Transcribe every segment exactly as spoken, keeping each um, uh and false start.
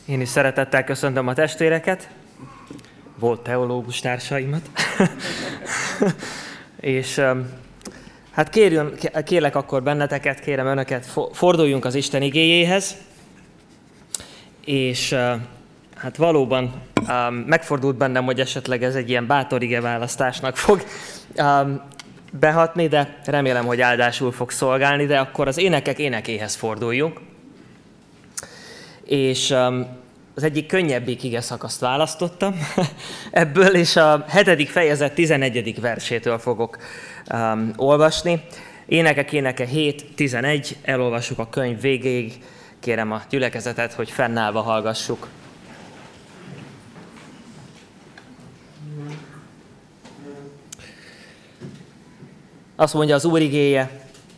Én is szeretettel köszöntöm a testvéreket, volt teológus társaimat, és hát kérjön, kérlek akkor benneteket, kérem önöket, forduljunk az Isten igéjéhez, és hát valóban megfordult bennem, hogy esetleg ez egy ilyen bátor igeválasztásnak fog behatni, de remélem, hogy áldásul fog szolgálni, de akkor az énekek énekéhez forduljunk. És az egyik könnyebbik igeszakaszt választottam ebből, és a hetedik fejezet tizenegyedik versétől fogok um, olvasni. Énekek éneke hét tizenegy, elolvassuk a könyv végéig. Kérem a gyülekezetet, hogy fennállva hallgassuk. Azt mondja az Úr igéje: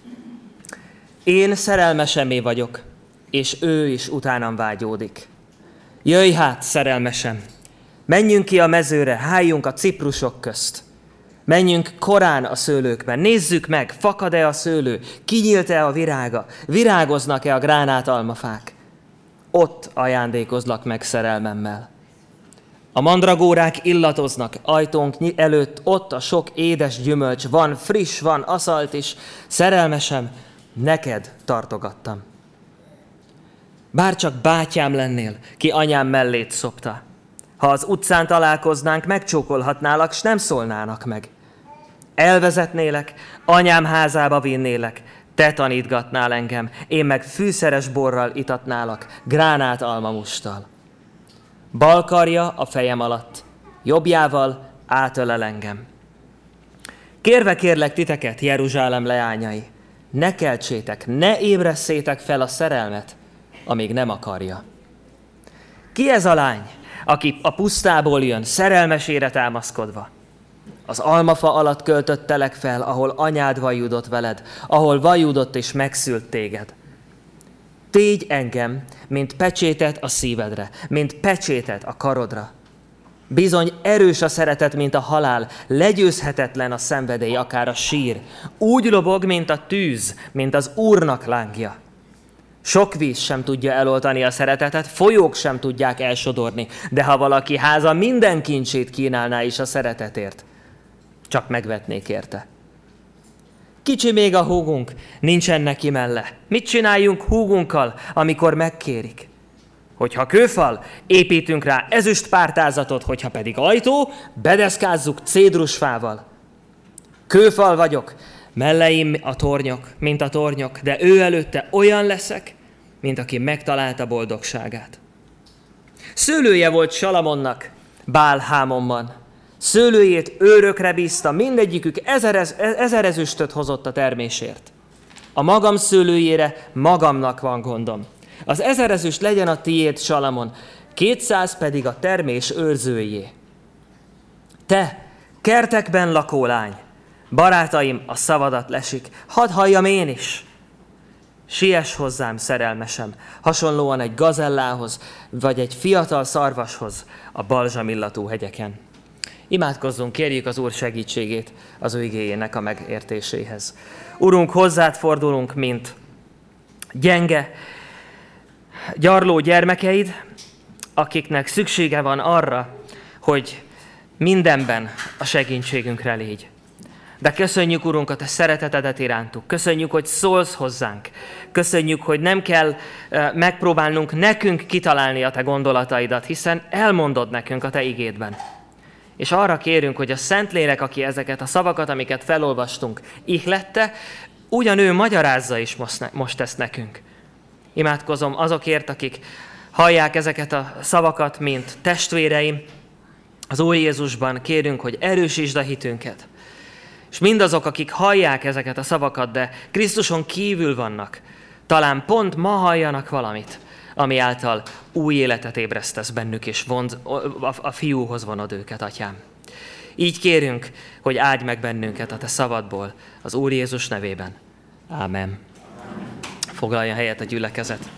én szerelmesemé vagyok, és ő is utánam vágyódik. Jöjj hát, szerelmesem, menjünk ki a mezőre, háljunk a ciprusok közt. Menjünk korán a szőlőkben, nézzük meg, fakad-e a szőlő, kinyílt-e a virága, virágoznak-e a gránát almafák. Ott ajándékozlak meg szerelmemmel. A mandragórák illatoznak ajtónk előtt, ott a sok édes gyümölcs, van friss, van aszalt is, szerelmesem, neked tartogattam. Bárcsak bátyám lennél, ki anyám mellét szopta. Ha az utcán találkoznánk, megcsókolhatnálak, s nem szólnának meg. Elvezetnélek, anyám házába vinnélek, te tanítgatnál engem, én meg fűszeres borral itatnálak, gránát almamusttal. Bal karja a fejem alatt, jobbjával átölel engem. Kérve kérlek titeket, Jeruzsálem leányai, ne keltsétek, ne ébresszétek fel a szerelmet, amíg nem akarja. Ki ez a lány, aki a pusztából jön, szerelmesére támaszkodva? Az almafa alatt költöttelek fel, ahol anyád vajudott veled, ahol vajudott és megszült téged. Tégy engem, mint pecsétet a szívedre, mint pecsétet a karodra. Bizony erős a szeretet, mint a halál, legyőzhetetlen a szenvedély, akár a sír. Úgy lobog, mint a tűz, mint az Úrnak lángja. Sok víz sem tudja eloltani a szeretetet, folyók sem tudják elsodorni, de ha valaki háza minden kincsét kínálná is a szeretetért, csak megvetnék érte. Kicsi még a húgunk, nincsen neki melle. Mit csináljunk húgunkkal, amikor megkérik? Hogyha kőfal, építünk rá ezüst pártázatot, hogyha pedig ajtó, bedeszkázzuk cédrusfával. Kőfal vagyok, melleim a tornyok, mint a tornyok, de ő előtte olyan leszek, mint aki megtalálta boldogságát. Szőlője volt Salamonnak, Bál-Hámonban. Szőlőjét őrökre bízta, mindegyikük ezer, ezer ezüstöt hozott a termésért. A magam szőlőjére magamnak van gondom. Az ezer ezüst legyen a tiéd, Salamon, kétszáz pedig a termés őrzőjé. Te, kertekben lakó lány, barátaim, a szavadat lesik, hadd halljam én is. Siess hozzám, szerelmesem, hasonlóan egy gazellához, vagy egy fiatal szarvashoz a balzsamillatú hegyeken. Imádkozzunk, kérjük az Úr segítségét az ő igéjének a megértéséhez. Urunk, hozzád fordulunk, mint gyenge, gyarló gyermekeid, akiknek szüksége van arra, hogy mindenben a segítségünkre légy. De köszönjük, Urunk, a te szeretetedet irántuk. Köszönjük, hogy szólsz hozzánk. Köszönjük, hogy nem kell megpróbálnunk nekünk kitalálni a te gondolataidat, hiszen elmondod nekünk a te igédben. És arra kérünk, hogy a Szentlélek, aki ezeket a szavakat, amiket felolvastunk, ihlette, ugyan ő magyarázza is most ezt nekünk. Imádkozom azokért, akik hallják ezeket a szavakat, mint testvéreim. Az Úr Jézusban kérünk, hogy erősítsd a hitünket. És mindazok, akik hallják ezeket a szavakat, de Krisztuson kívül vannak, talán pont ma halljanak valamit, ami által új életet ébresztesz bennük, és vond, a, a fiúhoz vonod őket, Atyám. Így kérünk, hogy áldj meg bennünket a te szavadból, az Úr Jézus nevében. Ámen. Foglalja helyet a gyülekezet.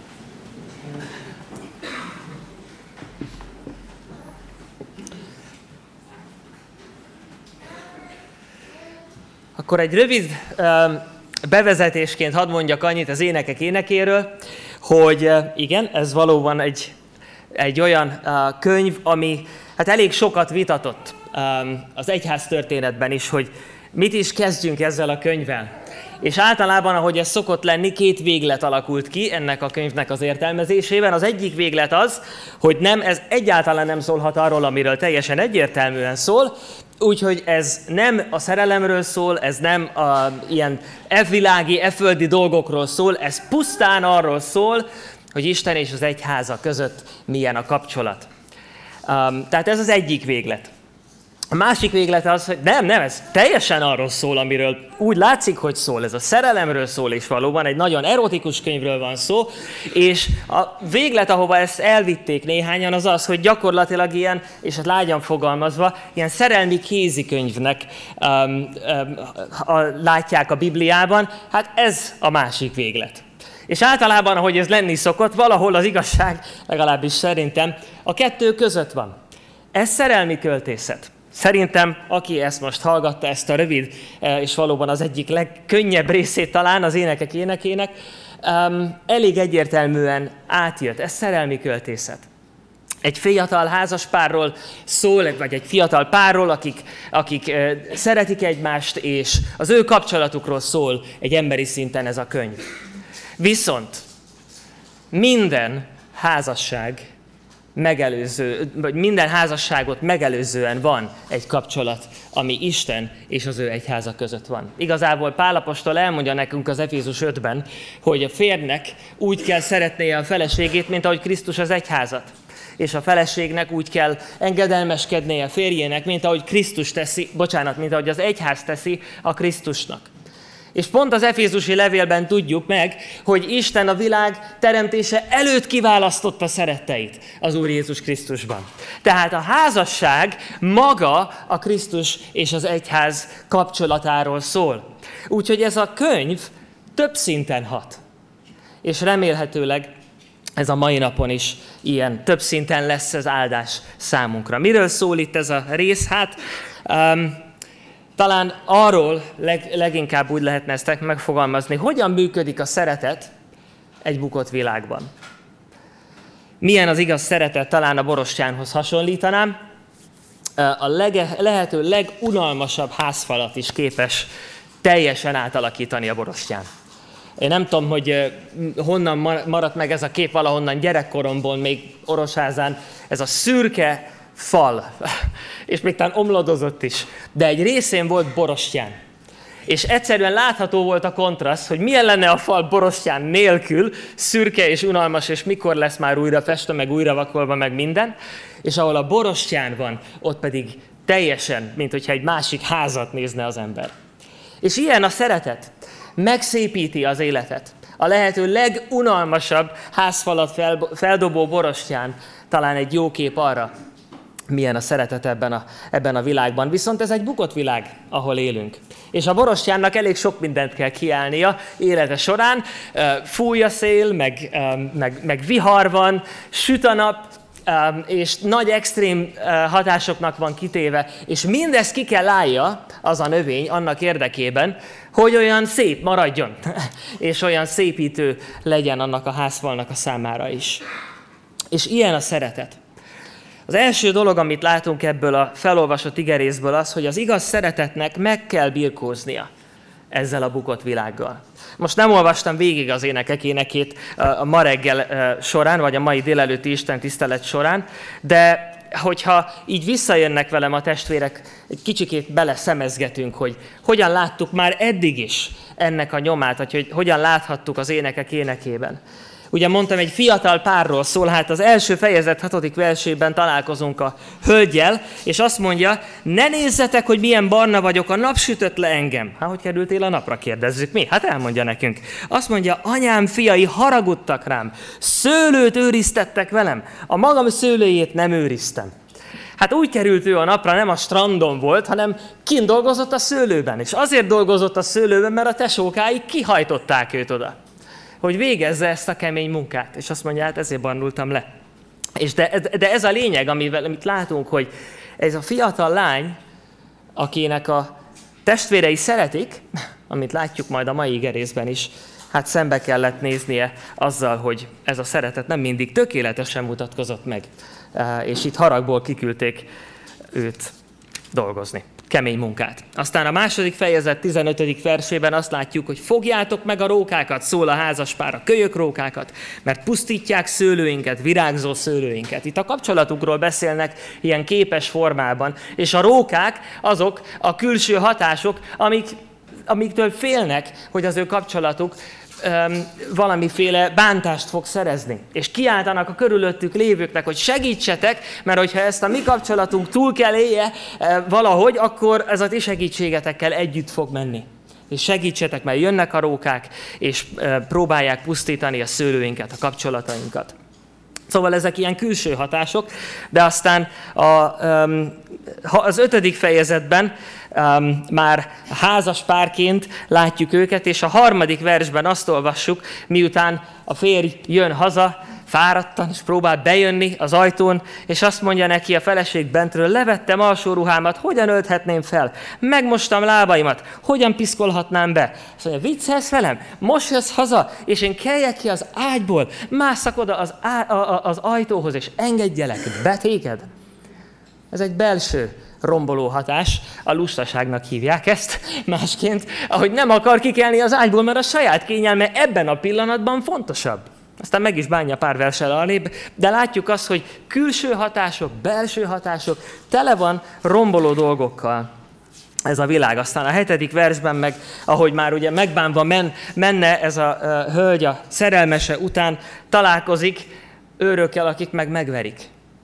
Akkor egy rövid bevezetésként hadd mondjak annyit az énekek énekéről, hogy igen, ez valóban egy egy olyan uh, könyv, ami hát elég sokat vitatott um, az egyház történetben is, hogy mit is kezdjünk ezzel a könyvvel. És általában, ahogy ez szokott lenni, két véglet alakult ki ennek a könyvnek az értelmezésében. Az egyik véglet az, hogy nem, ez egyáltalán nem szólhat arról, amiről teljesen egyértelműen szól, úgyhogy ez nem a szerelemről szól, ez nem a ilyen e-világi, e-földi dolgokról szól, ez pusztán arról szól, hogy Isten és az egyháza között milyen a kapcsolat. Um, tehát ez az egyik véglet. A másik véglet az, hogy nem, nem, ez teljesen arról szól, amiről úgy látszik, hogy szól. Ez a szerelemről szól, és valóban egy nagyon erotikus könyvről van szó, és a véglet, ahova ezt elvitték néhányan, az az, hogy gyakorlatilag ilyen, és hát lágyan fogalmazva, ilyen szerelmi kézikönyvnek um, um, a, látják a Bibliában. Hát ez a másik véglet. És általában, ahogy ez lenni szokott, valahol az igazság, legalábbis szerintem, a kettő között van. Ez szerelmi költészet. Szerintem, aki ezt most hallgatta, ezt a rövid, és valóban az egyik legkönnyebb részét talán az énekek énekének, elég egyértelműen átjött. Ez szerelmi költészet. Egy fiatal házaspárról szól, vagy egy fiatal párról, akik, akik szeretik egymást, és az ő kapcsolatukról szól egy emberi szinten ez a könyv. Viszont minden házasság megelőző, vagy minden házasságot megelőzően van egy kapcsolat, ami Isten és az ő egyháza között van. Igazából Pál apostol elmondja nekünk az Efézus ötben, hogy a férjnek úgy kell szeretnie a feleségét, mint ahogy Krisztus az egyházat. És a feleségnek úgy kell engedelmeskednie a férjének, mint ahogy Krisztus teszi, bocsánat, mint ahogy az egyház teszi a Krisztusnak. És pont az efézusi levélben tudjuk meg, hogy Isten a világ teremtése előtt kiválasztotta szeretteit az Úr Jézus Krisztusban. Tehát a házasság maga a Krisztus és az egyház kapcsolatáról szól. Úgyhogy ez a könyv több szinten hat. És remélhetőleg ez a mai napon is ilyen több szinten lesz az áldás számunkra. Miről szól itt ez a rész? Hát... Um, Talán arról leg, leginkább úgy lehetne ezt megfogalmazni, hogyan működik a szeretet egy bukott világban. Milyen az igaz szeretet, talán a borostyánhoz hasonlítanám. A lege, lehető legunalmasabb házfalat is képes teljesen átalakítani a borostyán. Én nem tudom, hogy honnan maradt meg ez a kép, valahonnan gyerekkoromból, még Orosházán, ez a szürke fal, és még talán omladozott is, de egy részén volt borostyán. És egyszerűen látható volt a kontraszt, hogy milyen lenne a fal borostyán nélkül, szürke és unalmas, és mikor lesz már újra festve, meg újra vakolva, meg minden, és ahol a borostyán van, ott pedig teljesen, mint hogyha egy másik házat nézne az ember. És ilyen a szeretet. Megszépíti az életet. A lehető legunalmasabb házfalat feldobó borostyán talán egy jó kép arra, milyen a szeretet ebben a, ebben a világban. Viszont ez egy bukott világ, ahol élünk. És a borostyánnak elég sok mindent kell kiállnia élete során. Fúj a szél, meg, meg, meg vihar van, süt a nap, és nagy extrém hatásoknak van kitéve, és mindezt ki kell állja az a növény annak érdekében, hogy olyan szép maradjon, és olyan szépítő legyen annak a házfalnak a számára is. És ilyen a szeretet. Az első dolog, amit látunk ebből a felolvasott igerészből az, hogy az igaz szeretetnek meg kell birkóznia ezzel a bukott világgal. Most nem olvastam végig az énekek énekét a ma reggel során, vagy a mai délelőtti Isten tisztelet során, de hogyha így visszajönnek velem a testvérek, egy kicsikét beleszemezgetünk, hogy hogyan láttuk már eddig is ennek a nyomát, hogy hogyan láthattuk az énekek énekében. Ugye mondtam, egy fiatal párról szól, hát az első fejezet hatodik versében találkozunk a hölgyel, és azt mondja, ne nézzetek, hogy milyen barna vagyok, a nap sütött le engem. Hát, hogy kerültél a napra, kérdezzük mi? Hát elmondja nekünk. Azt mondja, anyám fiai haragudtak rám, szőlőt őriztettek velem, a magam szőlőjét nem őriztem. Hát úgy került ő a napra, nem a strandon volt, hanem kint dolgozott a szőlőben. És azért dolgozott a szőlőben, mert a tesókái kihajtották őt oda, hogy végezze ezt a kemény munkát. És azt mondja, hát ezért barnultam le. És de, de ez a lényeg, amivel, amit látunk, hogy ez a fiatal lány, akinek a testvérei szeretik, amit látjuk majd a mai igerészben is, hát szembe kellett néznie azzal, hogy ez a szeretet nem mindig tökéletesen mutatkozott meg, és itt haragból kiküldték őt dolgozni. Kemény munkát. Aztán a második fejezet tizenötödik versében azt látjuk, hogy fogjátok meg a rókákat, szól a házaspár, a kölyök rókákat, mert pusztítják szőlőinket, virágzó szőlőinket. Itt a kapcsolatukról beszélnek ilyen képes formában, és a rókák azok a külső hatások, amik, amiktől félnek, hogy az ő kapcsolatuk Um, valamiféle bántást fog szerezni. És kiáltanak a körülöttük lévőknek, hogy segítsetek, mert hogyha ezt a mi kapcsolatunk túl kell élje uh, valahogy, akkor ez a ti segítségetekkel együtt fog menni. És segítsetek, mert jönnek a rókák, és uh, próbálják pusztítani a szőlőinket, a kapcsolatainkat. Szóval ezek ilyen külső hatások, de aztán a, um, az ötödik fejezetben um, már házas párként látjuk őket, és a harmadik versben azt olvassuk, miután a férj jön haza, fáradtan, és próbál bejönni az ajtón, és azt mondja neki a feleség bentről, levettem alsó ruhámat, hogyan ölthetném fel? Megmostam lábaimat, hogyan piszkolhatnám be? Azt mondja, viccelsz velem? Most jössz haza, és én keljek ki az ágyból, másszak oda az, á, a, az ajtóhoz, és engedjelek be téged? Ez egy belső romboló hatás, a lustaságnak hívják ezt, másként, ahogy nem akar kikelni az ágyból, mert a saját kényelme ebben a pillanatban fontosabb. Aztán meg is bánja pár versel alébb, de látjuk azt, hogy külső hatások, belső hatások, tele van romboló dolgokkal ez a világ. Aztán a hetedik versben meg, ahogy már ugye megbánva men, menne ez a uh, hölgy a szerelmese után, találkozik őrökkel, akik meg megverik.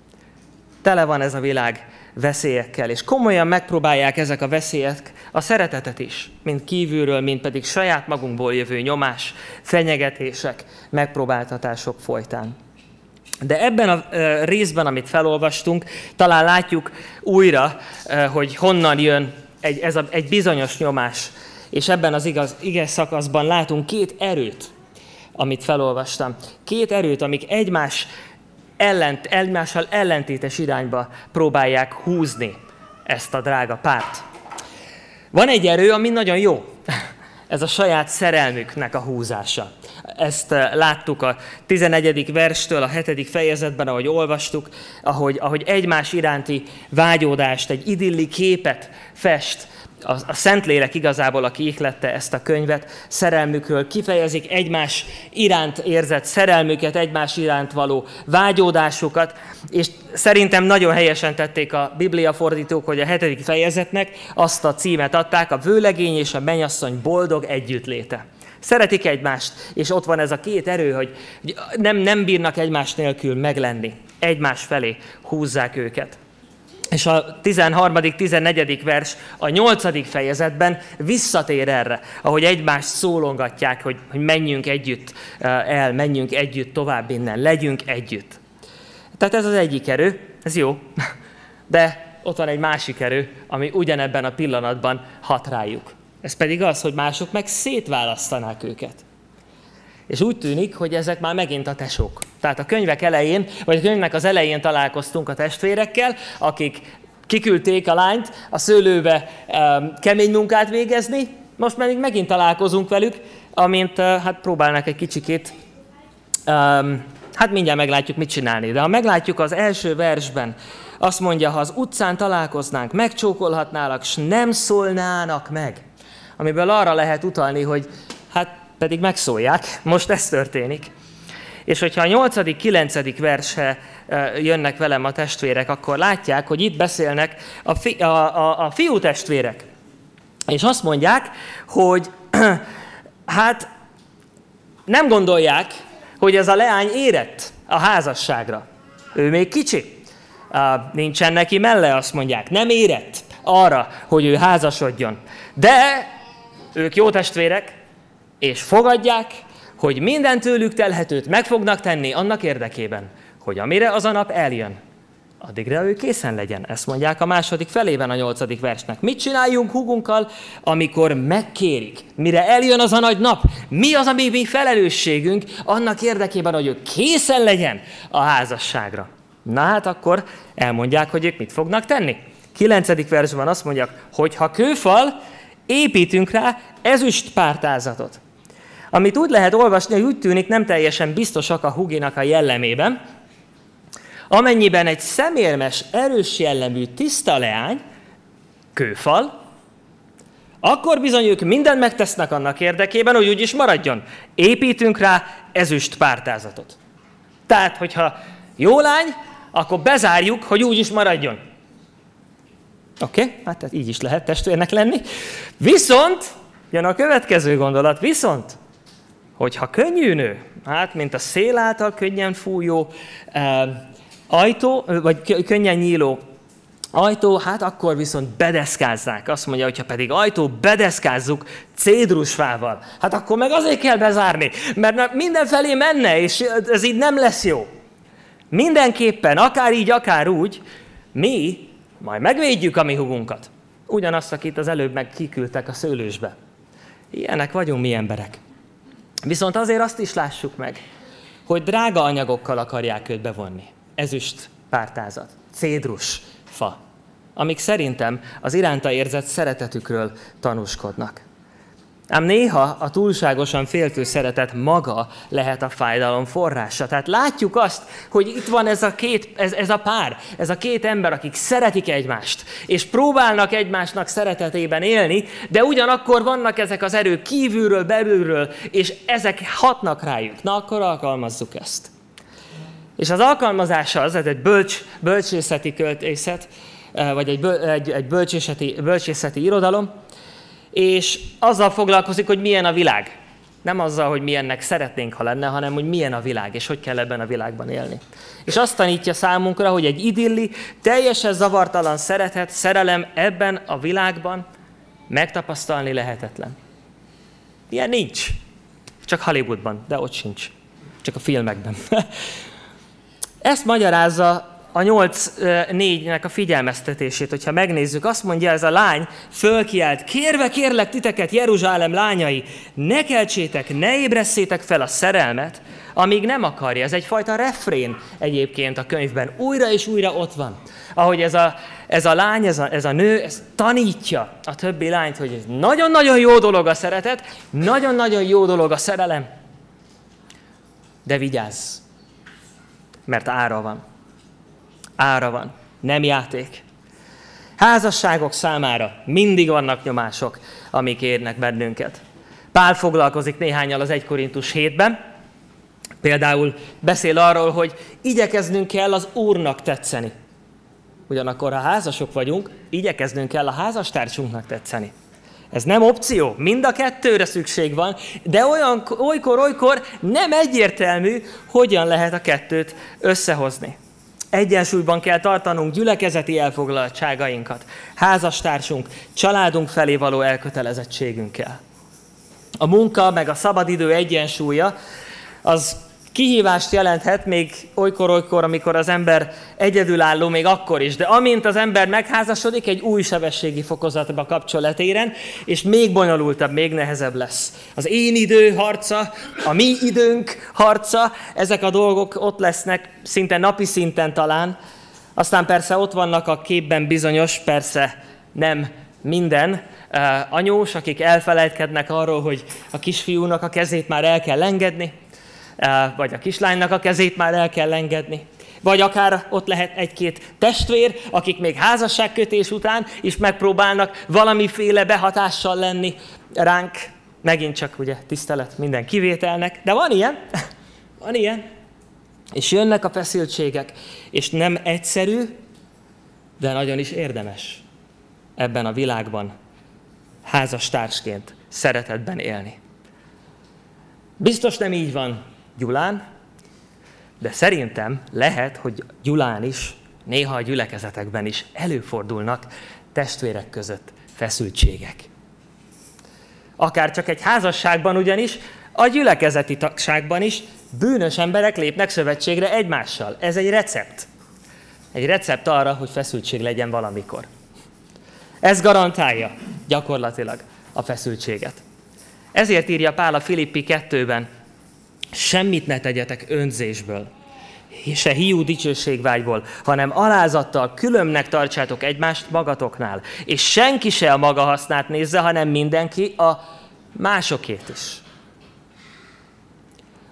Tele van ez a világ veszélyekkel, és komolyan megpróbálják ezek a veszélyek a szeretetet is, mint kívülről, mint pedig saját magunkból jövő nyomás, fenyegetések, megpróbáltatások folytán. De ebben a részben, amit felolvastunk, talán látjuk újra, hogy honnan jön egy, ez a, egy bizonyos nyomás, és ebben az igaz, igaz szakaszban látunk két erőt, amit felolvastam. Két erőt, amik egymás ellent, egymással ellentétes irányba próbálják húzni ezt a drága párt. Van egy erő, ami nagyon jó. Ez a saját szerelmüknek a húzása. Ezt láttuk a tizenegyedik verstől a hetedik fejezetben, ahogy olvastuk, ahogy, ahogy egymás iránti vágyódást, egy idilli képet fest. A, a Szentlélek igazából, aki ihlette ezt a könyvet, szerelmükről kifejezik egymás iránt érzett szerelmüket, egymás iránt való vágyódásukat, és szerintem nagyon helyesen tették a bibliafordítók, hogy a hetedik fejezetnek azt a címet adták, a vőlegény és a mennyasszony boldog együttléte. Szeretik egymást, és ott van ez a két erő, hogy nem, nem bírnak egymás nélkül meglenni, egymás felé húzzák őket. És a tizenharmadik tizennegyedik vers a nyolcadik fejezetben visszatér erre, ahogy egymást szólongatják, hogy, hogy menjünk együtt el, menjünk együtt tovább innen, legyünk együtt. Tehát ez az egyik erő, ez jó, de ott van egy másik erő, ami ugyanebben a pillanatban hat rájuk. Ez pedig az, hogy mások meg szétválasztanák őket. És úgy tűnik, hogy ezek már megint a tesók. Tehát a könyvek elején, vagy a könyvnek az elején találkoztunk a testvérekkel, akik kiküldték a lányt a szőlőbe um, kemény munkát végezni, most pedig megint találkozunk velük, amint uh, hát próbálnak egy kicsikét, um, hát mindjárt meglátjuk, mit csinálni. De ha meglátjuk az első versben, azt mondja, ha az utcán találkoznánk, megcsókolhatnálak, s nem szólnának meg. Amiből arra lehet utalni, hogy hát pedig megszólják, most ez történik. És hogyha a nyolcadik, kilencedik versre jönnek velem a testvérek, akkor látják, hogy itt beszélnek a, fi, a, a, a fiú testvérek. És azt mondják, hogy hát nem gondolják, hogy ez a leány érett a házasságra. Ő még kicsi. Nincsen neki melle, azt mondják. Nem érett arra, hogy ő házasodjon. De ők jó testvérek, és fogadják, hogy minden tőlük telhetőt meg fognak tenni annak érdekében, hogy amire az a nap eljön, addigra ő készen legyen. Ezt mondják a második felében a nyolcadik versnek. Mit csináljunk húgunkkal, amikor megkérik? Mire eljön az a nagy nap? Mi az, ami mi felelősségünk annak érdekében, hogy ő készen legyen a házasságra? Na hát akkor elmondják, hogy ők mit fognak tenni. Kilencedik versben azt mondják, hogy ha kőfal, építünk rá ezüst pártázatot. amit úgy lehet olvasni, hogy úgy tűnik nem teljesen biztosak a Huginak a jellemében, amennyiben egy szemérmes, erős jellemű, tiszta leány, kőfal, akkor bizony ők mindent megtesznek annak érdekében, hogy úgy is maradjon. Építünk rá ezüst pártázatot. Tehát, hogyha jó lány, akkor bezárjuk, hogy úgy is maradjon. Oké, okay? Hát tehát így is lehet testvérnek lenni. Viszont, jön a következő gondolat, viszont, hogyha könnyű nő, hát mint a szél által könnyen fújó eh, ajtó, vagy könnyen nyíló ajtó, hát akkor viszont bedeszkázzák. Azt mondja, hogyha pedig ajtó, bedeszkázzuk cédrusfával. Hát akkor meg azért kell bezárni, mert mindenfelé menne, és ez így nem lesz jó. Mindenképpen, akár így, akár úgy, mi majd megvédjük a mi hugunkat. Ugyanazt, akit az előbb meg kiküldtek a szőlősbe. Ilyenek vagyunk mi emberek. Viszont azért azt is lássuk meg, hogy drága anyagokkal akarják őt bevonni. Ezüst pártázat, cédrus fa, amik szerintem az iránta érzett szeretetükről tanúskodnak. Ám néha a túlságosan féltő szeretet maga lehet a fájdalom forrása. Tehát látjuk azt, hogy itt van ez a, két, ez, ez a pár, ez a két ember, akik szeretik egymást, és próbálnak egymásnak szeretetében élni, de ugyanakkor vannak ezek az erők kívülről, belülről, és ezek hatnak rájuk. Na, akkor alkalmazzuk ezt. És az alkalmazása az, ez egy bölcs, bölcsészeti költészet, vagy egy, egy, egy bölcsészeti, bölcsészeti irodalom, és azzal foglalkozik, hogy milyen a világ. Nem azzal, hogy milyennek szeretnénk, ha lenne, hanem hogy milyen a világ, és hogy kell ebben a világban élni. És azt tanítja számunkra, hogy egy idilli, teljesen zavartalan szeretet, szerelem ebben a világban megtapasztalni lehetetlen. Ilyen nincs. Csak Hollywoodban, de ott sincs. Csak a filmekben. Ezt magyarázza a nyolc négynek a figyelmeztetését, hogyha megnézzük, azt mondja ez a lány, fölkiált, kérve kérlek titeket, Jeruzsálem lányai, ne keltsétek, ne ébresszétek fel a szerelmet, amíg nem akarja. Ez egyfajta refrén egyébként a könyvben, újra és újra ott van. Ahogy ez a, ez a lány, ez a, ez a nő, ez tanítja a többi lányt, hogy ez nagyon-nagyon jó dolog a szeretet, nagyon-nagyon jó dolog a szerelem, de vigyázz, mert ára van. Ára van, nem játék. Házasságok számára mindig vannak nyomások, amik érnek bennünket. Pál foglalkozik néhánnyal az Egy Korintus hétben. Például beszél arról, hogy igyekeznünk kell az Úrnak tetszeni. Ugyanakkor, ha házasok vagyunk, igyekeznünk kell a házastársunknak tetszeni. Ez nem opció, mind a kettőre szükség van, de olyan, olykor-olykor nem egyértelmű, hogyan lehet a kettőt összehozni. Egyensúlyban kell tartanunk gyülekezeti elfoglaltságainkat, házastársunk, családunk felé való elkötelezettségünkkel. A munka meg a szabadidő egyensúlya az kihívást jelenthet még olykor-olykor, amikor az ember egyedülálló, még akkor is. De amint az ember megházasodik, egy új sebességi fokozatba kapcsolatéren, és még bonyolultabb, még nehezebb lesz. Az én idő harca, a mi időnk harca, ezek a dolgok ott lesznek, szinte napi szinten talán. Aztán persze ott vannak a képben bizonyos, persze nem minden uh, anyós, akik elfelejtkednek arról, hogy a kisfiúnak a kezét már el kell engedni, vagy a kislánynak a kezét már el kell engedni. Vagy akár ott lehet egy-két testvér, akik még házasságkötés után is megpróbálnak valamiféle behatással lenni ránk. Megint csak ugye tisztelet minden kivételnek, de van ilyen, van ilyen. És jönnek a feszültségek, és nem egyszerű, de nagyon is érdemes ebben a világban házastársként szeretetben élni. Biztos nem így van Gyulán, de szerintem lehet, hogy Gyulán is, néha a gyülekezetekben is előfordulnak testvérek között feszültségek. Akár csak egy házasságban ugyanis, a gyülekezeti tagságban is bűnös emberek lépnek szövetségre egymással. Ez egy recept. Egy recept arra, hogy feszültség legyen valamikor. Ez garantálja gyakorlatilag a feszültséget. Ezért írja Pál a Filippi kettőben, semmit ne tegyetek önzésből, se hiú dicsőségvágyból, hanem alázattal különbnek tartsátok egymást magatoknál, és senki se a maga hasznát nézze, hanem mindenki a másokét is.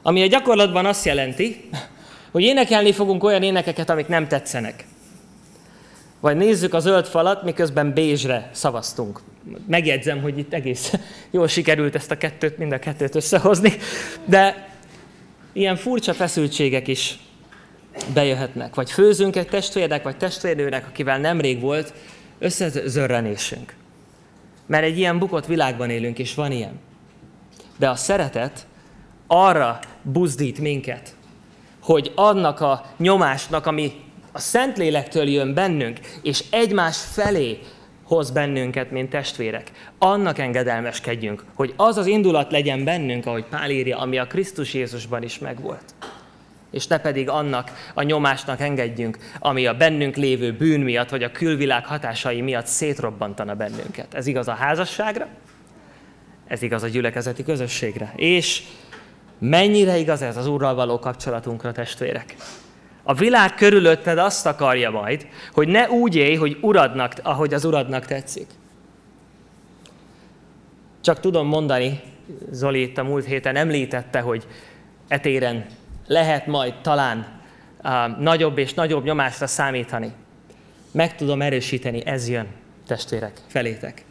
Ami a gyakorlatban azt jelenti, hogy énekelni fogunk olyan énekeket, amik nem tetszenek. Vagy nézzük a zöld falat, miközben bézsre szavaztunk. Megjegyzem, hogy itt egész jól sikerült ezt a kettőt, mind a kettőt összehozni, de ilyen furcsa feszültségek is bejöhetnek. Vagy főzünk egy testvérnek, vagy testvérnőnek, akivel nemrég volt összezörrenésünk. Mert egy ilyen bukott világban élünk, és van ilyen. De a szeretet arra buzdít minket, hogy annak a nyomásnak, ami a Szentlélektől jön bennünk, és egymás felé hoz bennünket, mint testvérek, annak engedelmeskedjünk, hogy az az indulat legyen bennünk, ahogy Pál írja, ami a Krisztus Jézusban is megvolt. És ne pedig annak a nyomásnak engedjünk, ami a bennünk lévő bűn miatt, vagy a külvilág hatásai miatt szétrobbantana bennünket. Ez igaz a házasságra, ez igaz a gyülekezeti közösségre. És mennyire igaz ez az Úrral való kapcsolatunkra, testvérek? A világ körülötted azt akarja majd, hogy ne úgy élj, hogy uradnak, ahogy az Uradnak tetszik. Csak tudom mondani, Zoli itt a múlt héten említette, hogy etéren lehet majd talán uh, nagyobb és nagyobb nyomásra számítani. Meg tudom erősíteni, ez jön, testvérek, felétek.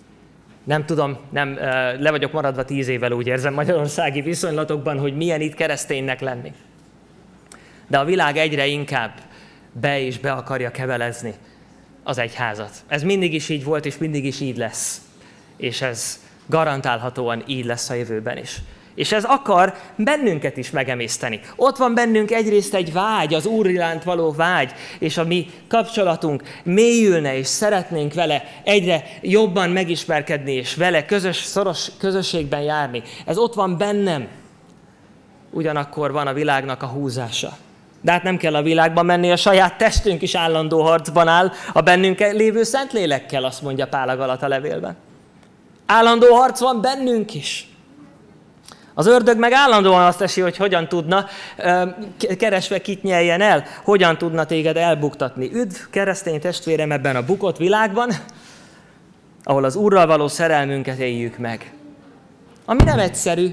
Nem tudom, nem, uh, le vagyok maradva tíz évvel, úgy érzem, magyarországi viszonylatokban, hogy milyen itt kereszténynek lenni. De a világ egyre inkább be és be akarja kevelezni az egyházat. Ez mindig is így volt, és mindig is így lesz. És ez garantálhatóan így lesz a jövőben is. És ez akar bennünket is megemészteni. Ott van bennünk egyrészt egy vágy, az Úr iránt való vágy, és a mi kapcsolatunk mélyülne, és szeretnénk vele egyre jobban megismerkedni, és vele közös, szoros közösségben járni. Ez ott van bennem. Ugyanakkor van a világnak a húzása. De hát nem kell a világban menni, a saját testünk is állandó harcban áll a bennünk lévő Szentlélekkel, azt mondja Pál a Galata levélben. Állandó harc van bennünk is. Az ördög meg állandóan azt eszi, hogy hogyan tudna, keresve kit nyeljen el, hogyan tudna téged elbuktatni. Üdv, keresztény testvérem, ebben a bukott világban, ahol az Úrral való szerelmünket éljük meg. Ami nem egyszerű,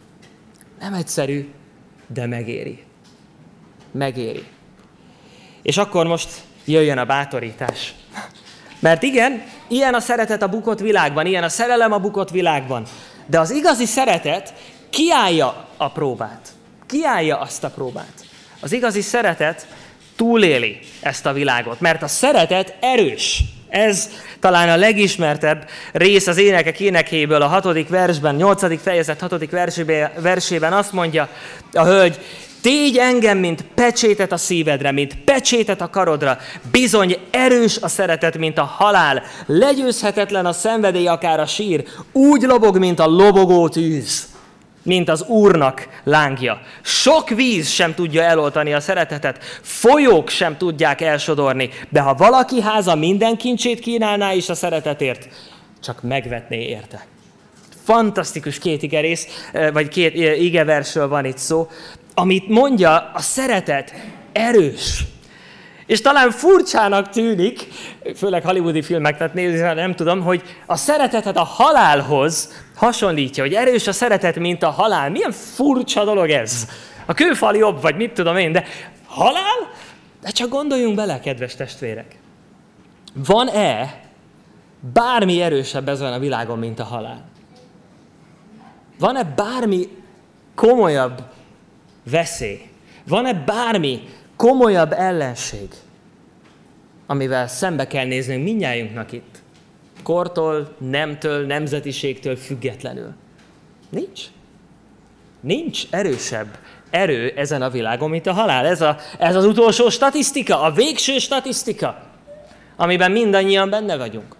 nem egyszerű, de megéri. Megéri. És akkor most jöjjön a bátorítás. Mert igen, ilyen a szeretet a bukott világban, ilyen a szerelem a bukott világban. De az igazi szeretet kiállja a próbát. Kiállja azt a próbát. Az igazi szeretet túléli ezt a világot, mert a szeretet erős. Ez talán a legismertebb rész az énekek énekéből, a hatodik versben, nyolcadik fejezet hatodik versében azt mondja a hölgy, tégy engem, mint pecsétet a szívedre, mint pecsétet a karodra. Bizony erős a szeretet, mint a halál. Legyőzhetetlen a szenvedély, akár a sír. Úgy lobog, mint a lobogó tűz, mint az Úrnak lángja. Sok víz sem tudja eloltani a szeretetet, folyók sem tudják elsodorni, de ha valaki háza minden kincsét kínálná is a szeretetért, csak megvetné érte. Fantasztikus két igerész, vagy két igeversről van itt szó, amit mondja, a szeretet erős. És talán furcsának tűnik, főleg hollywoodi filmeket nézni, nem tudom, hogy a szeretetet a halálhoz hasonlítja, hogy erős a szeretet, mint a halál. Milyen furcsa dolog ez? A kőfal jobb, vagy mit tudom én, de halál? De csak gondoljunk bele, kedves testvérek. Van-e bármi erősebb ezen a világon, mint a halál? Van-e bármi komolyabb veszély? Van-e bármi komolyabb ellenség, amivel szembe kell néznünk mindnyájunknak itt? Kortól, nemtől, nemzetiségtől függetlenül. Nincs. Nincs erősebb erő ezen a világon, mint a halál. Ez, a, ez az utolsó statisztika, a végső statisztika, amiben mindannyian benne vagyunk.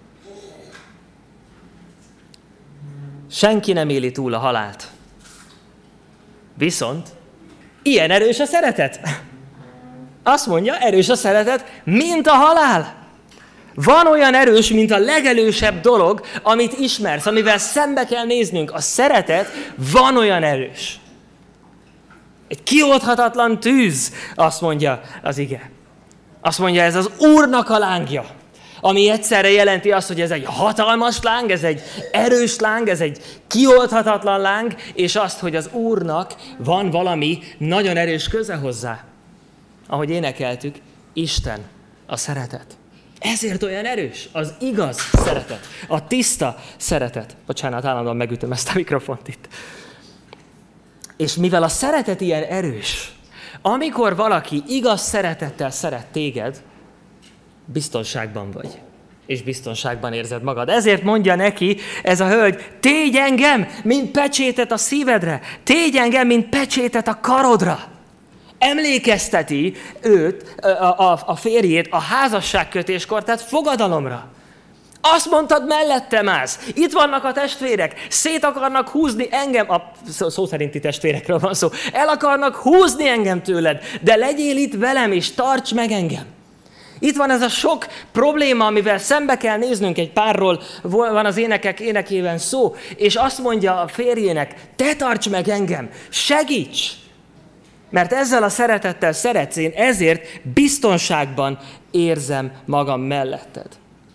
Senki nem éli túl a halált. Viszont ilyen erős a szeretet. Azt mondja, erős a szeretet, mint a halál. Van olyan erős, mint a legelősebb dolog, amit ismersz, amivel szembe kell néznünk. A szeretet van olyan erős. Egy kioldhatatlan tűz, azt mondja az ige. Azt mondja, ez az Úrnak a lángja. ami egyszerre jelenti azt, hogy ez egy hatalmas láng, ez egy erős láng, ez egy kioldhatatlan láng, és azt, hogy az Úrnak van valami nagyon erős köze hozzá. Ahogy énekeltük, Isten a szeretet. Ezért olyan erős az igaz szeretet, a tiszta szeretet. Bocsánat, állandóan megütöm ezt a mikrofont itt. És mivel a szeretet ilyen erős, amikor valaki igaz szeretettel szeret téged, biztonságban vagy, és biztonságban érzed magad. Ezért mondja neki ez a hölgy, tégy engem, mint pecsétet a szívedre, tégy engem, mint pecsétet a karodra. Emlékezteti őt, a, a, a férjét a házasságkötéskor, tehát fogadalomra. Azt mondtad, mellettem állsz. Itt vannak a testvérek, szét akarnak húzni engem, a szó, szó szerinti testvérekről van szó, el akarnak húzni engem tőled, de legyél itt velem, és tarts meg engem. Itt van ez a sok probléma, amivel szembe kell néznünk, egy párról van az énekek énekében szó, és azt mondja a férjének, te tarts meg engem, segíts! Mert ezzel a szeretettel szeretsz, én ezért biztonságban érzem magam melletted.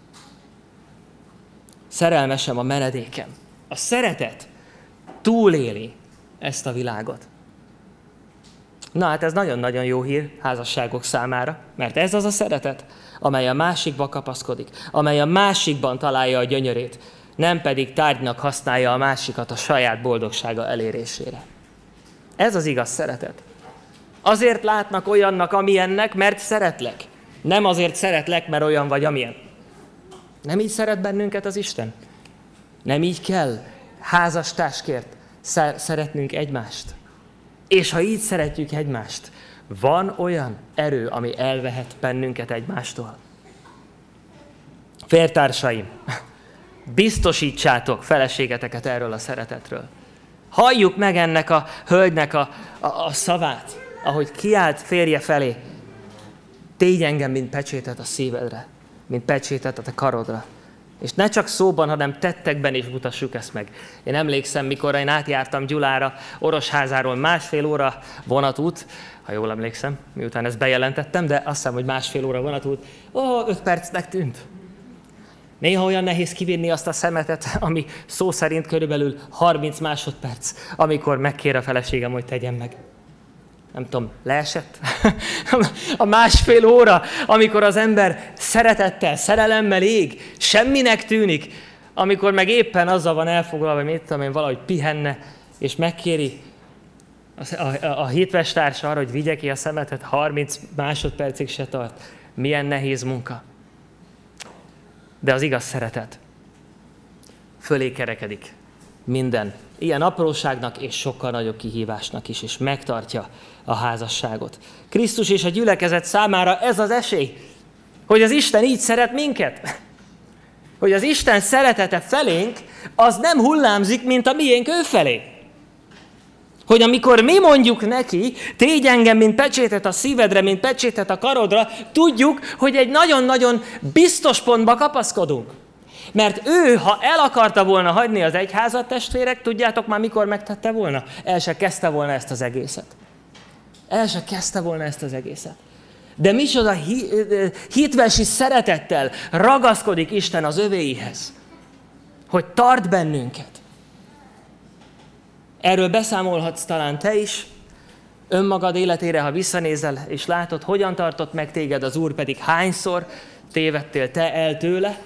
Szerelmesem a menedékem. A szeretet túléli ezt a világot. Na hát ez nagyon-nagyon jó hír házasságok számára, mert ez az a szeretet, amely a másikba kapaszkodik, amely a másikban találja a gyönyörét, nem pedig tárgynak használja a másikat a saját boldogsága elérésére. Ez az igaz szeretet. Azért látnak olyannak, amilyennek, mert szeretlek. Nem azért szeretlek, mert olyan vagy, amilyen. Nem így szeret bennünket az Isten? Nem így kell házastársként szeretnünk egymást? És ha így szeretjük egymást, van olyan erő, ami elvehet bennünket egymástól. Fértársaim, biztosítsátok feleségeteket erről a szeretetről. Halljuk meg ennek a hölgynek a, a, a szavát, ahogy kiált férje felé. Tégy engem, mint pecsétet a szívedre, mint pecsétet a te karodra. És ne csak szóban, hanem tettekben is mutassuk ezt meg. Én emlékszem, mikor én átjártam Gyulára, Orosházáról másfél óra vonatút, ha jól emlékszem, miután ezt bejelentettem, de azt hiszem, hogy másfél óra vonatút, ó, öt percnek tűnt. Néha olyan nehéz kivinni azt a szemetet, ami szó szerint körülbelül harminc másodperc, amikor megkér a feleségem, hogy tegyem meg. Nem tudom, leesett? A másfél óra, amikor az ember szeretettel, szerelemmel ég, semminek tűnik, amikor meg éppen azzal van elfoglalva, hogy mit tudom én, valahogy pihenne, és megkéri a, a, a hitvestársa arra, hogy vigye ki a szemetet, harminc másodpercig se tart. Milyen nehéz munka. De az igaz szeretet fölé kerekedik minden ilyen apróságnak és sokkal nagyobb kihívásnak is, és megtartja a házasságot. Krisztus és a gyülekezet számára ez az esély, hogy az Isten így szeret minket. Hogy az Isten szeretete felénk, az nem hullámzik, mint a miénk ő felé. Hogy amikor mi mondjuk neki, tégy engem, mint pecsétet a szívedre, mint pecsétet a karodra, tudjuk, hogy egy nagyon-nagyon biztos pontba kapaszkodunk. Mert ő, ha el akarta volna hagyni az egyházat, testvérek, tudjátok már mikor megtette volna? El se kezdte volna ezt az egészet. El se kezdte volna ezt az egészet. De micsoda hitvesi szeretettel ragaszkodik Isten az övéihez, hogy tart bennünket. Erről beszámolhatsz talán te is, önmagad életére, ha visszanézel, és látod, hogyan tartott meg téged az Úr, pedig hányszor tévedtél te el tőle,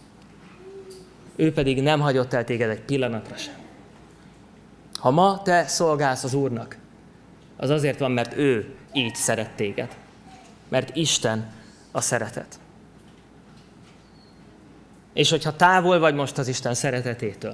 ő pedig nem hagyott el téged egy pillanatra sem. Ha ma te szolgálsz az Úrnak, az azért van, mert ő így szeret téged. Mert Isten a szeretet. És hogyha távol vagy most az Isten szeretetétől,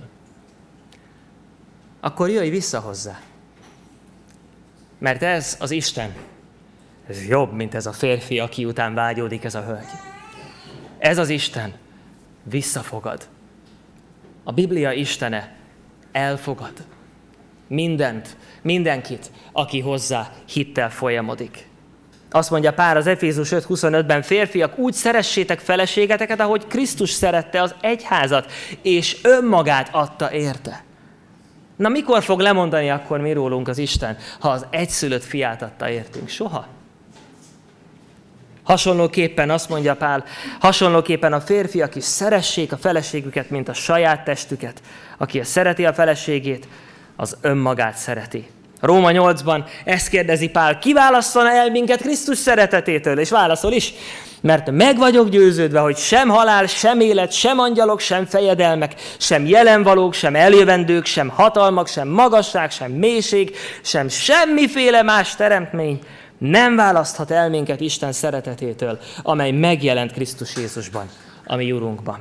akkor jöjj vissza hozzá. Mert ez az Isten, ez jobb, mint ez a férfi, aki után vágyódik ez a hölgy. Ez az Isten visszafogad. A Biblia Istene elfogad mindent, mindenkit, aki hozzá hittel folyamodik. Azt mondja Pál az Efézus öt huszonötben, férfiak, úgy szeressétek feleségeteket, ahogy Krisztus szerette az egyházat, és önmagát adta érte. Na mikor fog lemondani akkor mi rólunk az Isten, ha az egyszülött fiát adta értünk? Soha. Hasonlóképpen azt mondja Pál, hasonlóképpen a férfiak is szeressék a feleségüket, mint a saját testüket. Aki szereti a feleségét, az önmagát szereti. Róma nyolcban ezt kérdezi Pál, ki válasszon el minket Krisztus szeretetétől? És válaszol is, mert meg vagyok győződve, hogy sem halál, sem élet, sem angyalok, sem fejedelmek, sem jelenvalók, sem eljövendők, sem hatalmak, sem magasság, sem mélység, sem semmiféle más teremtmény nem választhat el minket Isten szeretetétől, amely megjelent Krisztus Jézusban, a mi Urunkban.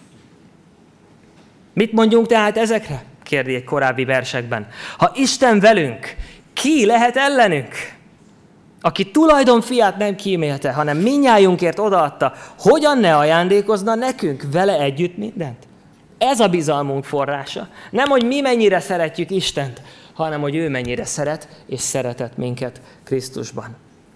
Mit mondjunk tehát ezekre? Kérdi egy korábbi versekben. Ha Isten velünk, ki lehet ellenünk? Aki tulajdon fiát nem kímélte, hanem mindnyájunkért odaadta, hogyan ne ajándékozna nekünk vele együtt mindent? Ez a bizalmunk forrása. Nem, hogy mi mennyire szeretjük Istent, hanem, hogy ő mennyire szeret, és szeretett minket Krisztusban.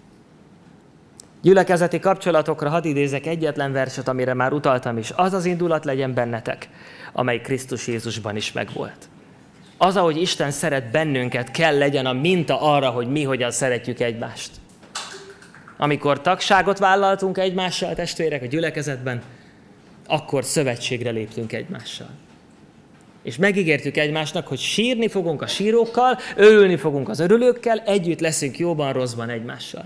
Gyülekezeti kapcsolatokra hadd idézek egyetlen verset, amire már utaltam is. Az az indulat legyen bennetek, amely Krisztus Jézusban is megvolt. Az, ahogy Isten szeret bennünket, kell legyen a minta arra, hogy mi hogyan szeretjük egymást. Amikor tagságot vállaltunk egymással, testvérek, a gyülekezetben, akkor szövetségre léptünk egymással. És megígértük egymásnak, hogy sírni fogunk a sírókkal, örülni fogunk az örülőkkel, együtt leszünk jóban, rosszban egymással.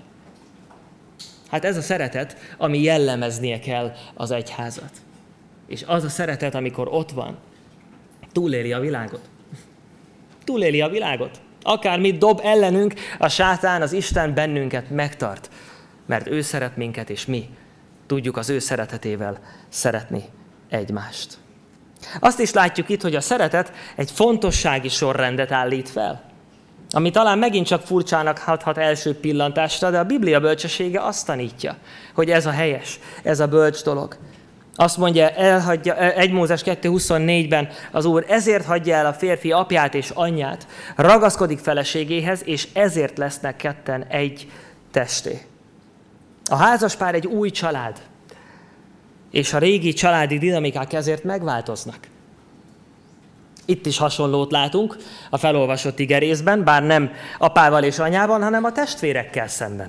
Hát ez a szeretet, ami jellemeznie kell az egyházat. És az a szeretet, amikor ott van, túléli a világot. Túléli a világot. Akármit dob ellenünk, a sátán, az Isten bennünket megtart. Mert ő szeret minket, és mi tudjuk az ő szeretetével szeretni egymást. Azt is látjuk itt, hogy a szeretet egy fontossági sorrendet állít fel. Ami talán megint csak furcsának hathat első pillantásra, de a Biblia bölcsessége azt tanítja, hogy ez a helyes, ez a bölcs dolog. Azt mondja, elhagyja, egy Mózes kettő huszonnégyben az Úr, ezért hagyja el a férfi apját és anyját, ragaszkodik feleségéhez, és ezért lesznek ketten egy testé. A házaspár egy új család, és a régi családi dinamikák ezért megváltoznak. Itt is hasonlót látunk a felolvasott igerészben, bár nem apával és anyával, hanem a testvérekkel szemben.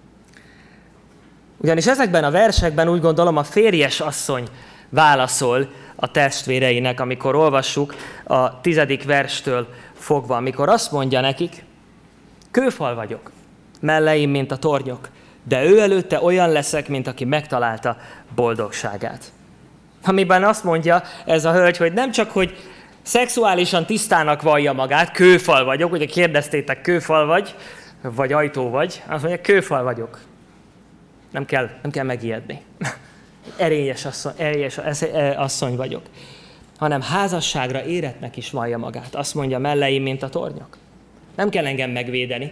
Ugyanis ezekben a versekben úgy gondolom a férjes asszony válaszol a testvéreinek, amikor olvassuk a tizedik verstől fogva, amikor azt mondja nekik, kőfal vagyok, melleim, mint a tornyok, de ő előtte olyan leszek, mint aki megtalálta boldogságát. Amiben azt mondja ez a hölgy, hogy nem csak, hogy szexuálisan tisztának vallja magát, kőfal vagyok, ugye kérdeztétek, kőfal vagy, vagy ajtó vagy, azt mondja, kőfal vagyok. Nem kell, nem kell megijedni. Erényes asszony, erényes asszony vagyok. Hanem házasságra éretnek is vallja magát. Azt mondja, melleim, mint a tornyok. Nem kell engem megvédeni.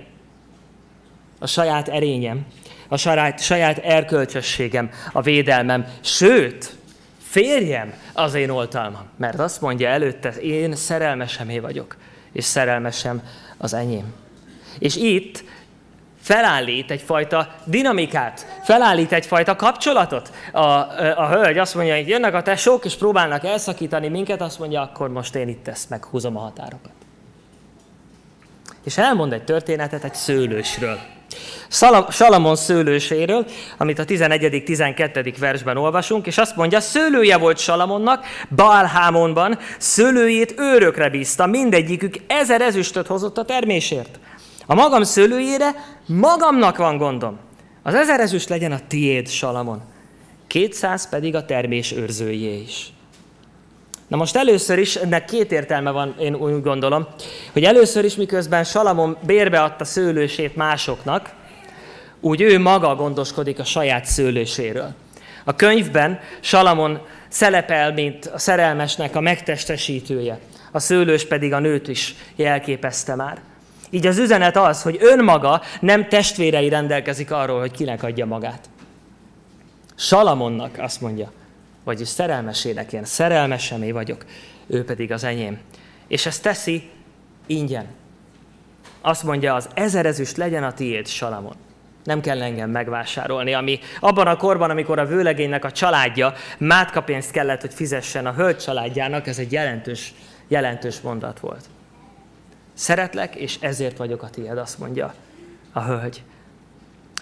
A saját erényem, a saját, saját erkölcsösségem, a védelmem, sőt, férjem az én oltalmam. Mert azt mondja előtte, én szerelmesemé vagyok, és szerelmesem az enyém. És itt felállít egyfajta dinamikát, felállít egyfajta kapcsolatot. A, a, a hölgy azt mondja, hogy jönnek a tesók, és próbálnak elszakítani minket, azt mondja, akkor most én itt ezt meghúzom a határokat. És elmond egy történetet egy szőlősről. Salamon szőlőséről, amit a tizenegyedik tizenkettedik versben olvasunk, és azt mondja, szőlője volt Salamonnak, Baál-Hámonban, szőlőjét őrökre bízta, mindegyikük ezer ezüstöt hozott a termésért. A magam szőlőjére magamnak van gondom. Az ezer ezüst legyen a tiéd, Salamon. Kétszáz pedig a termés őrzőjé is. Na most először is, ennek két értelme van, én úgy gondolom, hogy először is miközben Salamon bérbe adta szőlősét másoknak, úgy ő maga gondoskodik a saját szőlőséről. A könyvben Salamon szerepel, mint a szerelmesnek a megtestesítője, a szőlős pedig a nőt is jelképezte már. Így az üzenet az, hogy önmaga nem testvérei rendelkezik arról, hogy kinek adja magát. Salamonnak azt mondja, vagyis szerelmesének, én szerelmesemé vagyok, ő pedig az enyém. És ezt teszi ingyen. Azt mondja, az ezer ezüst legyen a tiéd, Salamon. Nem kell engem megvásárolni, ami abban a korban, amikor a vőlegénynek a családja mátkapénzt kellett, hogy fizessen a hölgy családjának, ez egy jelentős, jelentős mondat volt. Szeretlek, és ezért vagyok a tiéd, azt mondja a hölgy.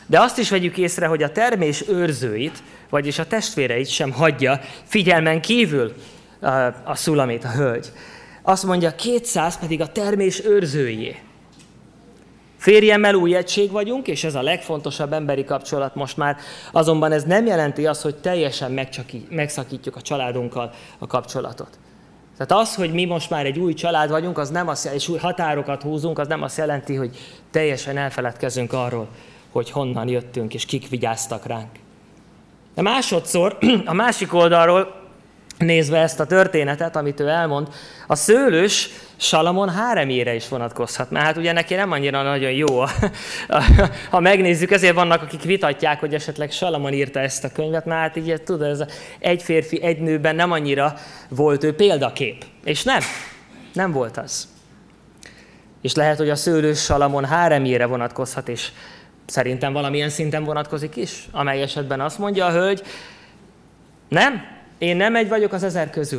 De azt is vegyük észre, hogy a termés őrzőit, vagyis a testvéreit sem hagyja figyelmen kívül a, a Szulamét, a hölgy. Azt mondja, kétszáz pedig a termés őrzőjé. Férjemmel új egység vagyunk, és ez a legfontosabb emberi kapcsolat most már, azonban ez nem jelenti azt, hogy teljesen megszakítjuk a családunkkal a kapcsolatot. Tehát az, hogy mi most már egy új család vagyunk, az nem azt, és új határokat húzunk, az nem azt jelenti, hogy teljesen elfeledkezünk arról, hogy honnan jöttünk, és kik vigyáztak ránk. De másodszor, a másik oldalról nézve ezt a történetet, amit ő elmond, a szőlős Salamon háremjére is vonatkozhat. Mert hát ugye neki nem annyira nagyon jó, ha megnézzük, ezért vannak, akik vitatják, hogy esetleg Salamon írta ezt a könyvet, mert hát így tudod, ez egy férfi, egy nőben nem annyira volt ő példakép. És nem, nem volt az. És lehet, hogy a szőlős Salamon háremjére vonatkozhat, és szerintem valamilyen szinten vonatkozik is, amely esetben azt mondja a hölgy, nem, én nem egy vagyok az ezer közül.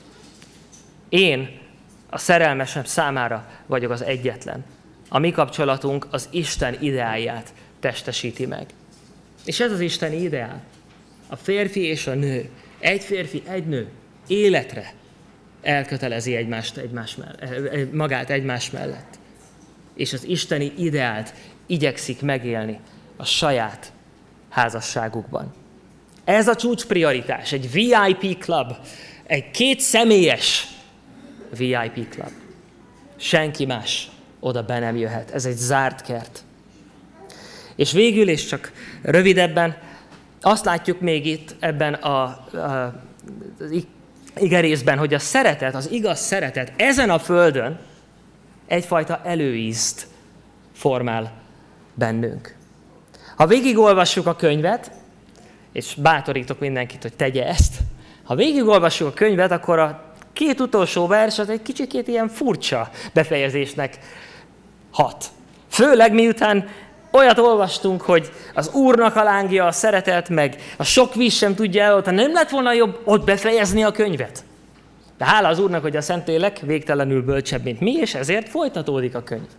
Én a szerelmesem számára vagyok az egyetlen. A mi kapcsolatunk az Isten ideáját testesíti meg. És ez az isteni ideál. A férfi és a nő, egy férfi, egy nő, életre elkötelezi egymást, egymás mellett, magát egymás mellett. És az isteni ideált igyekszik megélni a saját házasságukban. Ez a csúcs prioritás, egy vé i pé klub, egy két személyes vé i pé klub. Senki más oda be nem jöhet. Ez egy zárt kert. És végül, és csak rövidebben, azt látjuk még itt ebben a, a, az igerészben, hogy a szeretet, az igaz szeretet ezen a földön egyfajta előízt formál bennünk. Ha végigolvassuk a könyvet, és bátorítok mindenkit, hogy tegye ezt, ha végigolvassuk a könyvet, akkor a két utolsó vers az egy kicsikét ilyen furcsa befejezésnek hat. Főleg miután olyat olvastunk, hogy az Úrnak a lángja, a szeretet, meg a sok víz sem tudja eloltani. Nem lett volna jobb ott befejezni a könyvet? De hála az Úrnak, hogy a Szentlélek végtelenül bölcsebb, mint mi, és ezért folytatódik a könyv.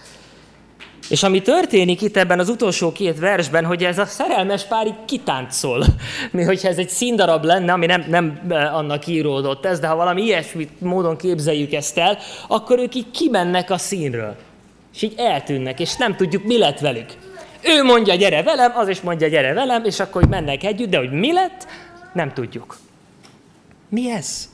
És ami történik itt ebben az utolsó két versben, hogy ez a szerelmes pár így kitáncol. Mi, hogyha ez egy színdarab lenne, ami nem, nem annak íródott ez, de ha valami ilyesmi módon képzeljük ezt el, akkor ők így kimennek a színről. És így eltűnnek, és nem tudjuk, mi lett velük. Ő mondja, gyere velem, az is mondja, gyere velem, és akkor mennek együtt, de hogy mi lett, nem tudjuk. Mi ez?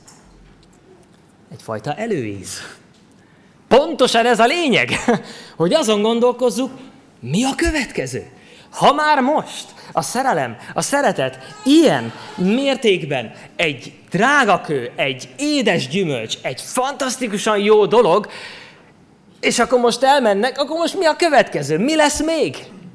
Egyfajta előíz. Pontosan ez a lényeg, hogy azon gondolkozzuk, mi a következő. Ha már most a szerelem, a szeretet ilyen mértékben egy drágakő, egy édes gyümölcs, egy fantasztikusan jó dolog, és akkor most elmennek, akkor most mi a következő? Mi lesz még?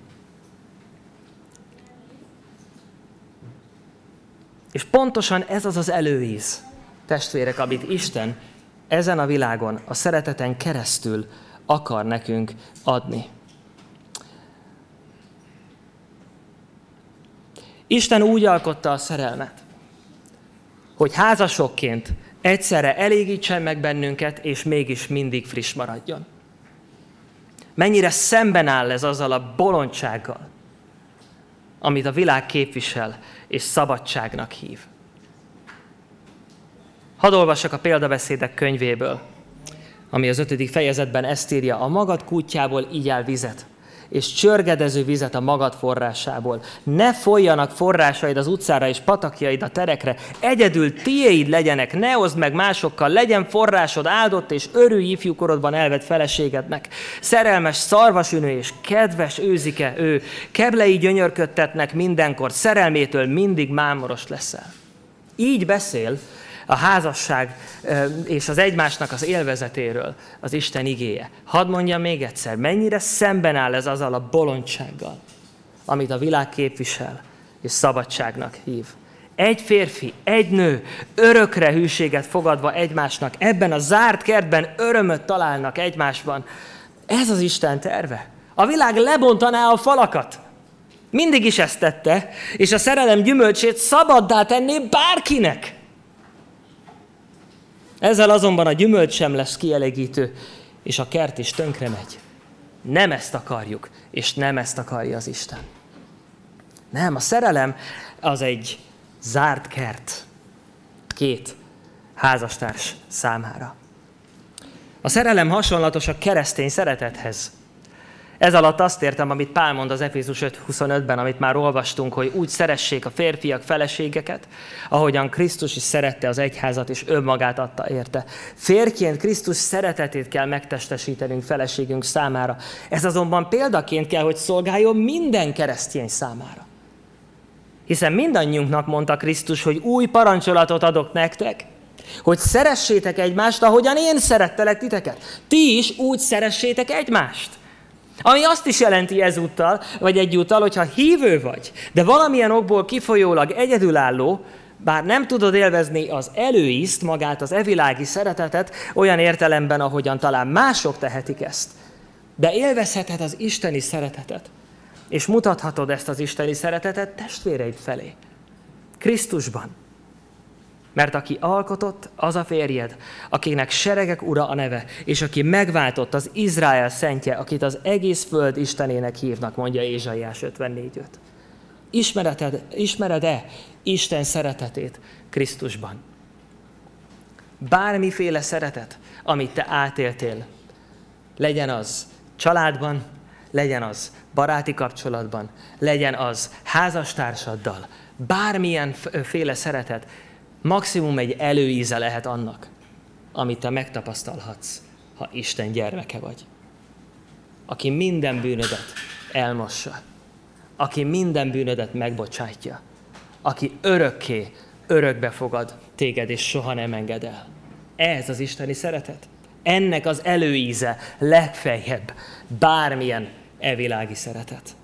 És pontosan ez az az előíz, testvérek, amit Isten ezen a világon, a szereteten keresztül akar nekünk adni. Isten úgy alkotta a szerelmet, hogy házasokként egyszerre elégítsen meg bennünket, és mégis mindig friss maradjon. Mennyire szemben áll ez azzal a bolondsággal, amit a világ képvisel, és szabadságnak hív. Hadd olvassak a példabeszédek könyvéből, ami az ötödik fejezetben ezt írja, a magad kútjából igyál vizet, és csörgedező vizet a magad forrásából. Ne folyjanak forrásaid az utcára és patakjaid a terekre, egyedül tiéd legyenek, ne oszd meg másokkal, legyen forrásod áldott és örülj ifjúkorodban elvett feleségednek. Szerelmes szarvasünő és kedves őzike ő, keblei gyönyörködtetnek mindenkor, szerelmétől mindig mámoros leszel. Így beszél a házasság és az egymásnak az élvezetéről az Isten igéje. Hadd mondjam még egyszer, mennyire szemben áll ez azzal a bolondsággal, amit a világ képvisel és szabadságnak hív. Egy férfi, egy nő örökre hűséget fogadva egymásnak, ebben a zárt kertben örömöt találnak egymásban. Ez az Isten terve. A világ lebontaná a falakat. Mindig is ezt tette, és a szerelem gyümölcsét szabaddá tenné bárkinek. Ezzel azonban a gyümölcs sem lesz kielégítő, és a kert is tönkre megy. Nem ezt akarjuk, és nem ezt akarja az Isten. Nem, a szerelem az egy zárt kert két házastárs számára. A szerelem hasonlatos a keresztény szeretethez. Ez alatt azt értem, amit Pál mond az Efézus öt huszonötben, amit már olvastunk, hogy úgy szeressék a férfiak feleségeket, ahogyan Krisztus is szerette az egyházat, és önmagát adta érte. Férjként Krisztus szeretetét kell megtestesítenünk feleségünk számára. Ez azonban példaként kell, hogy szolgáljon minden keresztény számára. Hiszen mindannyiunknak mondta Krisztus, hogy új parancsolatot adok nektek, hogy szeressétek egymást, ahogyan én szerettelek titeket. Ti is úgy szeressétek egymást. Ami azt is jelenti ezúttal, vagy egyúttal, hogyha hívő vagy, de valamilyen okból kifolyólag egyedülálló, bár nem tudod élvezni az előízt, magát az evilági szeretetet, olyan értelemben, ahogyan talán mások tehetik ezt, de élvezheted az isteni szeretetet, és mutathatod ezt az isteni szeretetet testvéreid felé, Krisztusban. Mert aki alkotott, az a férjed, akinek seregek ura a neve, és aki megváltott, az Izrael szentje, akit az egész föld Istenének hívnak, mondja Ézsaiás ötvennégy öt. Ismered, ismered-e Isten szeretetét Krisztusban? Bármiféle szeretet, amit te átéltél, legyen az családban, legyen az baráti kapcsolatban, legyen az házastársaddal, bármilyen féle szeretet, maximum egy előíze lehet annak, amit te megtapasztalhatsz, ha Isten gyermeke vagy. Aki minden bűnödet elmossa, aki minden bűnödet megbocsátja, aki örökké, örökbe fogad téged, és soha nem enged el. Ez az isteni szeretet. Ennek az előíze legfeljebb bármilyen evilági szeretet.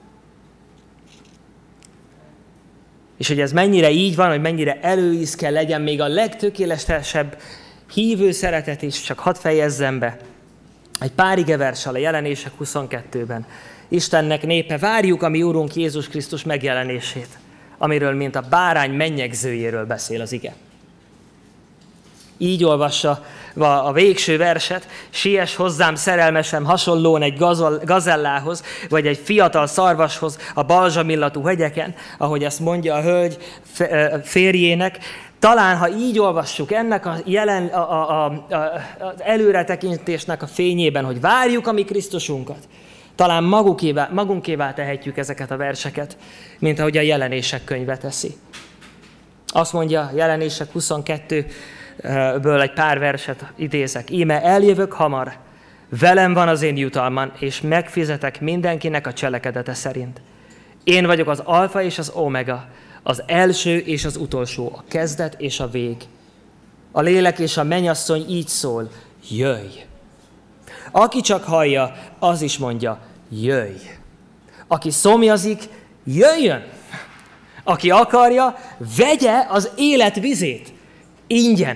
És hogy ez mennyire így van, hogy mennyire előíz kell legyen még a legtökéletesebb hívő szeretet is, csak hadd fejezzem be. Egy pár igeverssel a Jelenések huszonkettőben. Istennek népe, várjuk a mi Úrunk Jézus Krisztus megjelenését, amiről mint a bárány mennyegzőjéről beszél az ige. Így olvassa a végső verset, siess hozzám szerelmesem hasonlóan egy gazellához, vagy egy fiatal szarvashoz a balzsamillatú hegyeken, ahogy ezt mondja a hölgy férjének. Talán, ha így olvassuk ennek a jelen, a, a, a, az előretekintésnek a fényében, hogy várjuk a mi Krisztusunkat, talán magunkévá, magunkévá tehetjük ezeket a verseket, mint ahogy a Jelenések könyve teszi. Azt mondja Jelenések huszonkettőből egy pár verset idézek. Íme eljövök hamar, velem van az én jutalmam, és megfizetek mindenkinek a cselekedete szerint. Én vagyok az alfa és az omega, az első és az utolsó, a kezdet és a vég. A lélek és a mennyasszony így szól, jöjj! Aki csak hallja, az is mondja, jöjj! Aki szomjazik, jöjjön! Aki akarja, vegye az élet vizét, ingyen.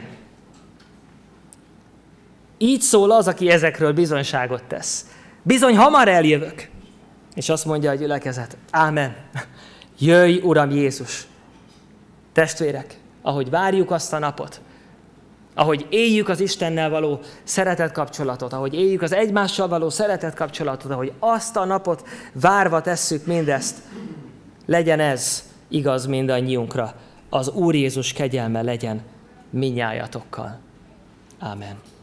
Így szól az, aki ezekről bizonyságot tesz. Bizony hamar eljövök. És azt mondja a gyülekezet, ámen. Jöjj, Uram Jézus! Testvérek, ahogy várjuk azt a napot, ahogy éljük az Istennel való szeretet kapcsolatot, ahogy éljük az egymással való szeretet kapcsolatot, ahogy azt a napot várva tesszük mindezt, legyen ez igaz mindannyiunkra. Az Úr Jézus kegyelme legyen mindnyájatokkal. Ámen.